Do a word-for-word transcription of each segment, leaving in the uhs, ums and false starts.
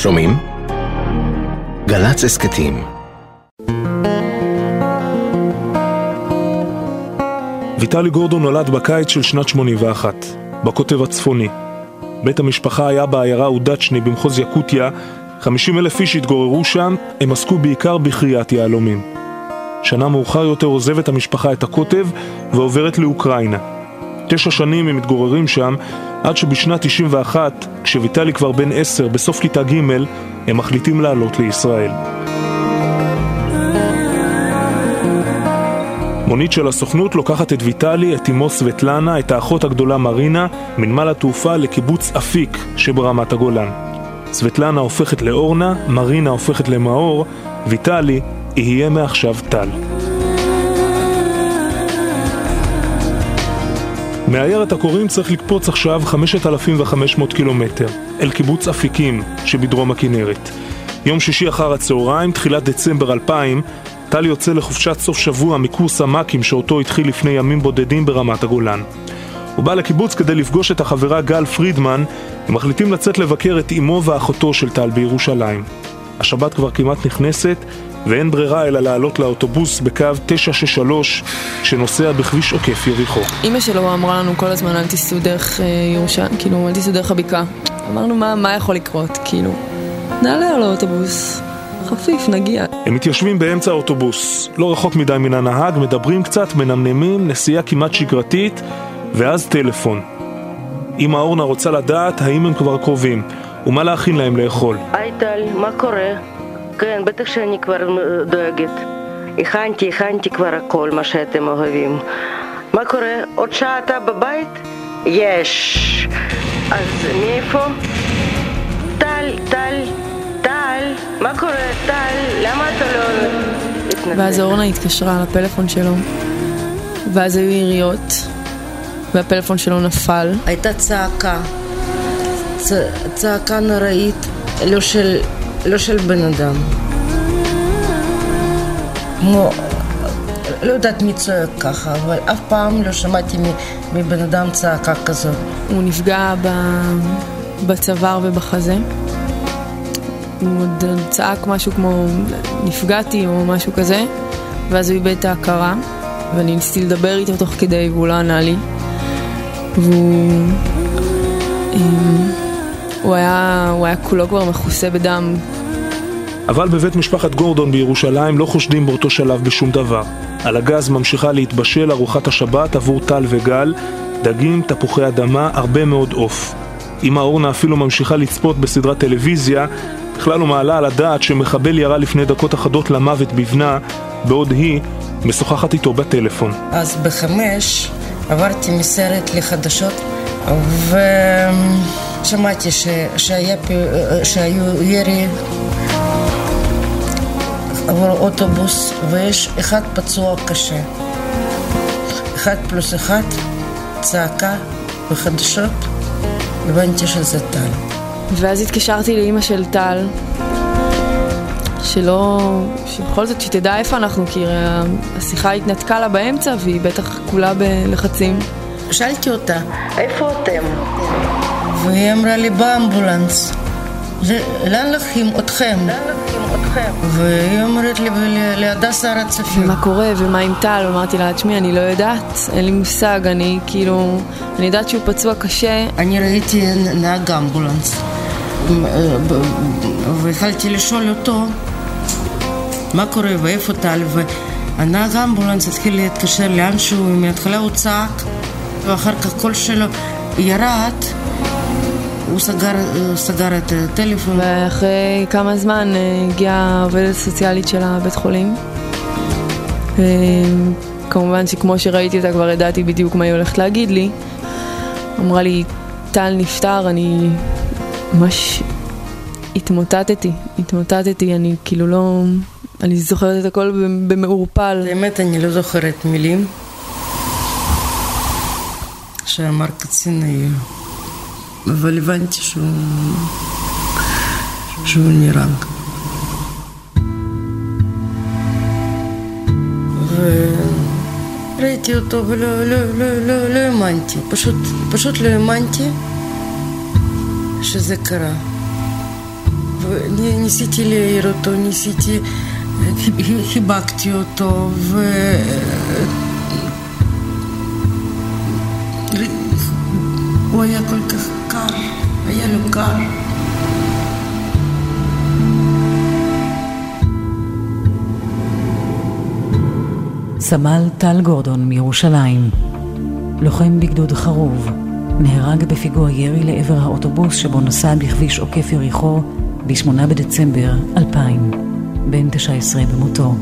שומעים? גל"צ הסכתים. ויטלי גורדון נולד בקיץ של שנת שמונים ואחת, בקוטב הצפוני. בית המשפחה היה בעיירה אודצ'ני במחוז יקוטיה, חמישים אלף איש התגוררו שם, הם עסקו בעיקר בכריית יהלומים. שנה מאוחר יותר עוזבת המשפחה את הקוטב ועוברת לאוקראינה. תשע שנים הם מתגוררים שם, עד שבשנת תשעים ואחת, כשוויטלי כבר בן עשר, בסוף כיתה ג', הם מחליטים לעלות לישראל. מונית של הסוכנות לוקחת את ויטלי, את אמו סבטלנה, את האחות הגדולה מרינה, מנמל התעופה לקיבוץ אפיק שברמת הגולן. סבטלנה הופכת לאורנה, מרינה הופכת למאור, ויטלי יהיה מעכשיו טל. מעיירת הקוראים צריך לקפוץ עכשיו חמשת אלפים וחמש מאות קילומטר, אל קיבוץ אפיקים שבדרום הכנרת. יום שישי אחר הצהריים, תחילת דצמבר אלפיים, טל יוצא לחופשת סוף שבוע מקורס המקים שאותו התחיל לפני ימים בודדים ברמת הגולן. הוא בא לקיבוץ כדי לפגוש את החברה גל פרידמן, ומחליטים לצאת לבקר את אמו ואחותו של טל בירושלים. השבת כבר כמעט נכנסת, ואין ברירה אלא לעלות לאוטובוס בקו תשע שש שלוש שנוסע בכביש עוקף יריחו. אמא שלו אמרה לנו כל הזמן אל תיסעו דרך ירושלים, כאילו אל תיסעו דרך הבקעה. אמרנו מה, מה יכול לקרות, כאילו נעלה על האוטובוס, חפיף, נגיע. הם מתיישבים באמצע האוטובוס, לא רחוק מדי מן הנהג, מדברים קצת, מנמנמים, נסיעה כמעט שגרתית, ואז טלפון. אמא אורנה רוצה לדעת האם הם כבר קרובים, ומה להכין להם לאכול. היי טל, מה קורה? כן, בטח שאני כבר דואגת. הכנתי, הכנתי כבר הכל מה שאתם אוהבים. מה קורה? עוד שעה אתה בבית? יש. אז מאיפה? טל, טל, טל, מה קורה? טל, למה אתה לא... ואז אורנה התקשרה לפלאפון שלו, ואז היו יריות, והפלאפון שלו נפל. הייתה צעקה, צ... צעקה נוראית, לא של... לא של בן אדם. כמו, לא יודעת מי צועק ככה, אבל אף פעם לא שמעתי מבן אדם צעקה כזאת. הוא נפגע ב... בצוואר ובחזה. הוא עוד צעק משהו כמו נפגעתי או משהו כזה, ואז הוא איבד את ההכרה, ואני ניסיתי לדבר איתו תוך כדי והוא לא ענה לי. והוא... הוא היה, הוא היה כולו כבר מחוסה בדם. אבל בבית משפחת גורדון בירושלים לא חושדים באותו שלב בשום דבר. על הגז ממשיכה להתבשל ארוחת השבת עבור טל וגל, דגים, תפוחי אדמה, הרבה מאוד עוף. אמא אורנה אפילו ממשיכה לצפות בסדרת טלוויזיה, בכלל הוא מעלה על הדעת שמחבל ירה לפני דקות אחדות למוות בבנה, בעוד היא משוחחת איתו בטלפון. אז בחמש עברתי מסרט לחדשות ו... שמעתי ש... שהיה... שהיו ירי עבור אוטובוס ויש אחד פצוע קשה. אחד פלוס אחד, צעקה בחדשות, הבנתי שזה טל. ואז התקשרתי לאמא של טל, שלא... שבכל זאת שתדע איפה אנחנו, כי השיחה התנתקה לה באמצע והיא בטח כולה בלחצים. שאלתי אותה, איפה אתם? והיא אמרה לי באמבולנס. לאן לקחים אתכם? והיא אומרת לי להדסה הר הצופים. ומה קורה ומה עם טל? אמרתי לה, תשמעי, אני לא יודעת, אין לי מושג, אני כאילו, אני יודעת שהוא פצוע קשה. אני ראיתי נהג אמבולנס והחלתי לשאול אותו מה קורה ואיפה טל, והנהג אמבולנס התחיל להתקשר לאנשהו, מההתחלה הוא צעק ואחר כך קול שלו ירד, הוא סגר, סגר את הטלפון. ואחרי כמה זמן הגיעה העובדת סוציאלית של הבית חולים. כמובן שכמו שראיתי אותה כבר ידעתי בדיוק מה היא הולכת להגיד לי. אמרה לי, טל נפטר, אני ממש התמוטטתי, התמוטטתי, אני כאילו לא... אני זוכרת את הכל במעורפל. באמת אני לא זוכרת מילים שאמר קצין היה. אבל הבנתי שהוא, שהוא נהרג. וראיתי אותו ולא לא, לא, לא, לא האמנתי, פשוט, פשוט לא האמנתי שזה קרה. ניסיתי להעיר אותו, ניסיתי, חיבקתי אותו, ו... הוא היה כל כך קר, היה לו קר. סמל טל גורדון מירושלים, לוחם בגדוד חרוב, נהרג בפיגוע ירי לעבר האוטובוס שבו נסע בכביש עוקף יריחו ב-שמונה בדצמבר אלפיים, בן תשע עשרה במותו.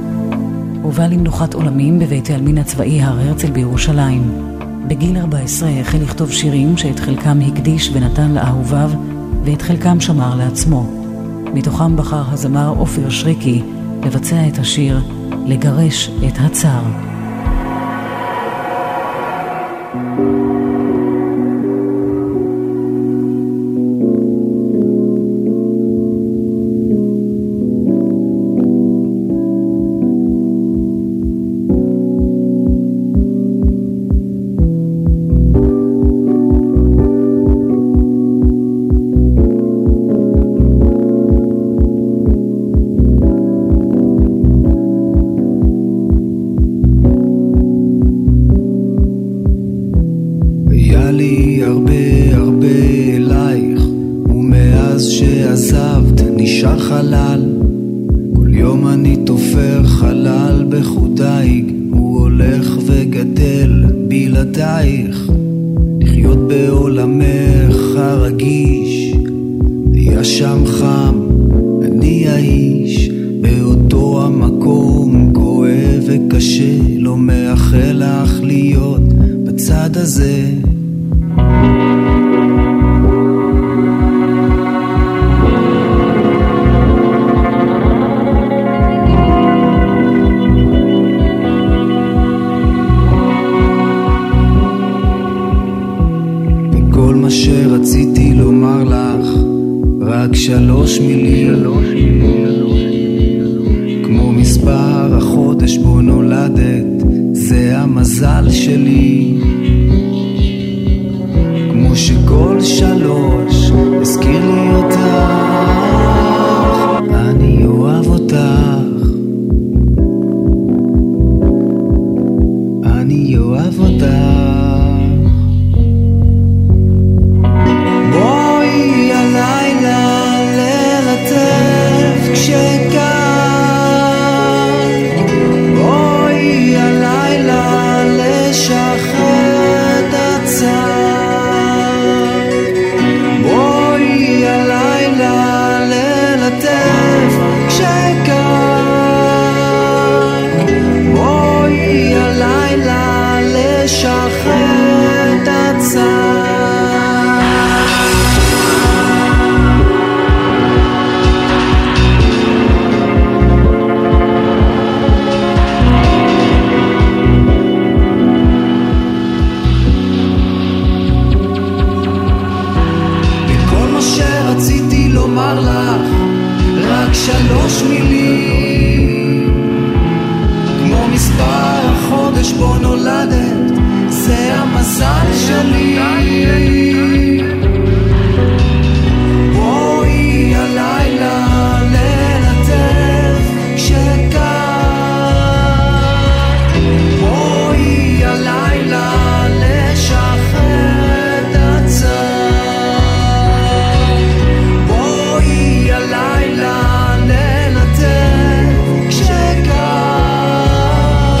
הובא למנוחת עולמים בבית העלמין הצבאי הר הרצל בירושלים. בגיל ארבע עשרה החל לכתוב שירים שאת חלקם הקדיש ונתן לאהוביו ואת חלקם שמר לעצמו. מתוכם בחר הזמר אופיר שריקי לבצע את השיר לגרש את הצער.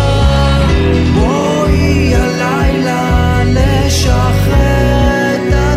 בואי הלילה לשחרר את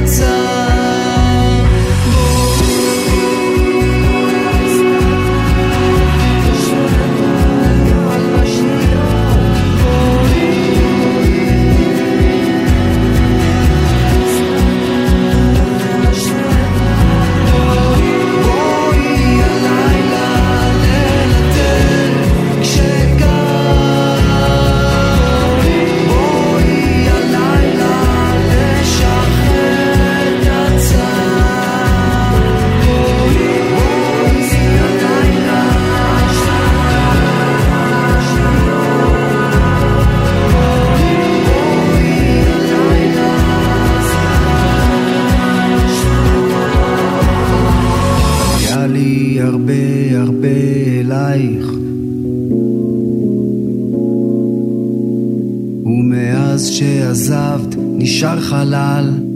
לי הרבה הרבה אלייך, ומאז שעזבת נשאר חלל,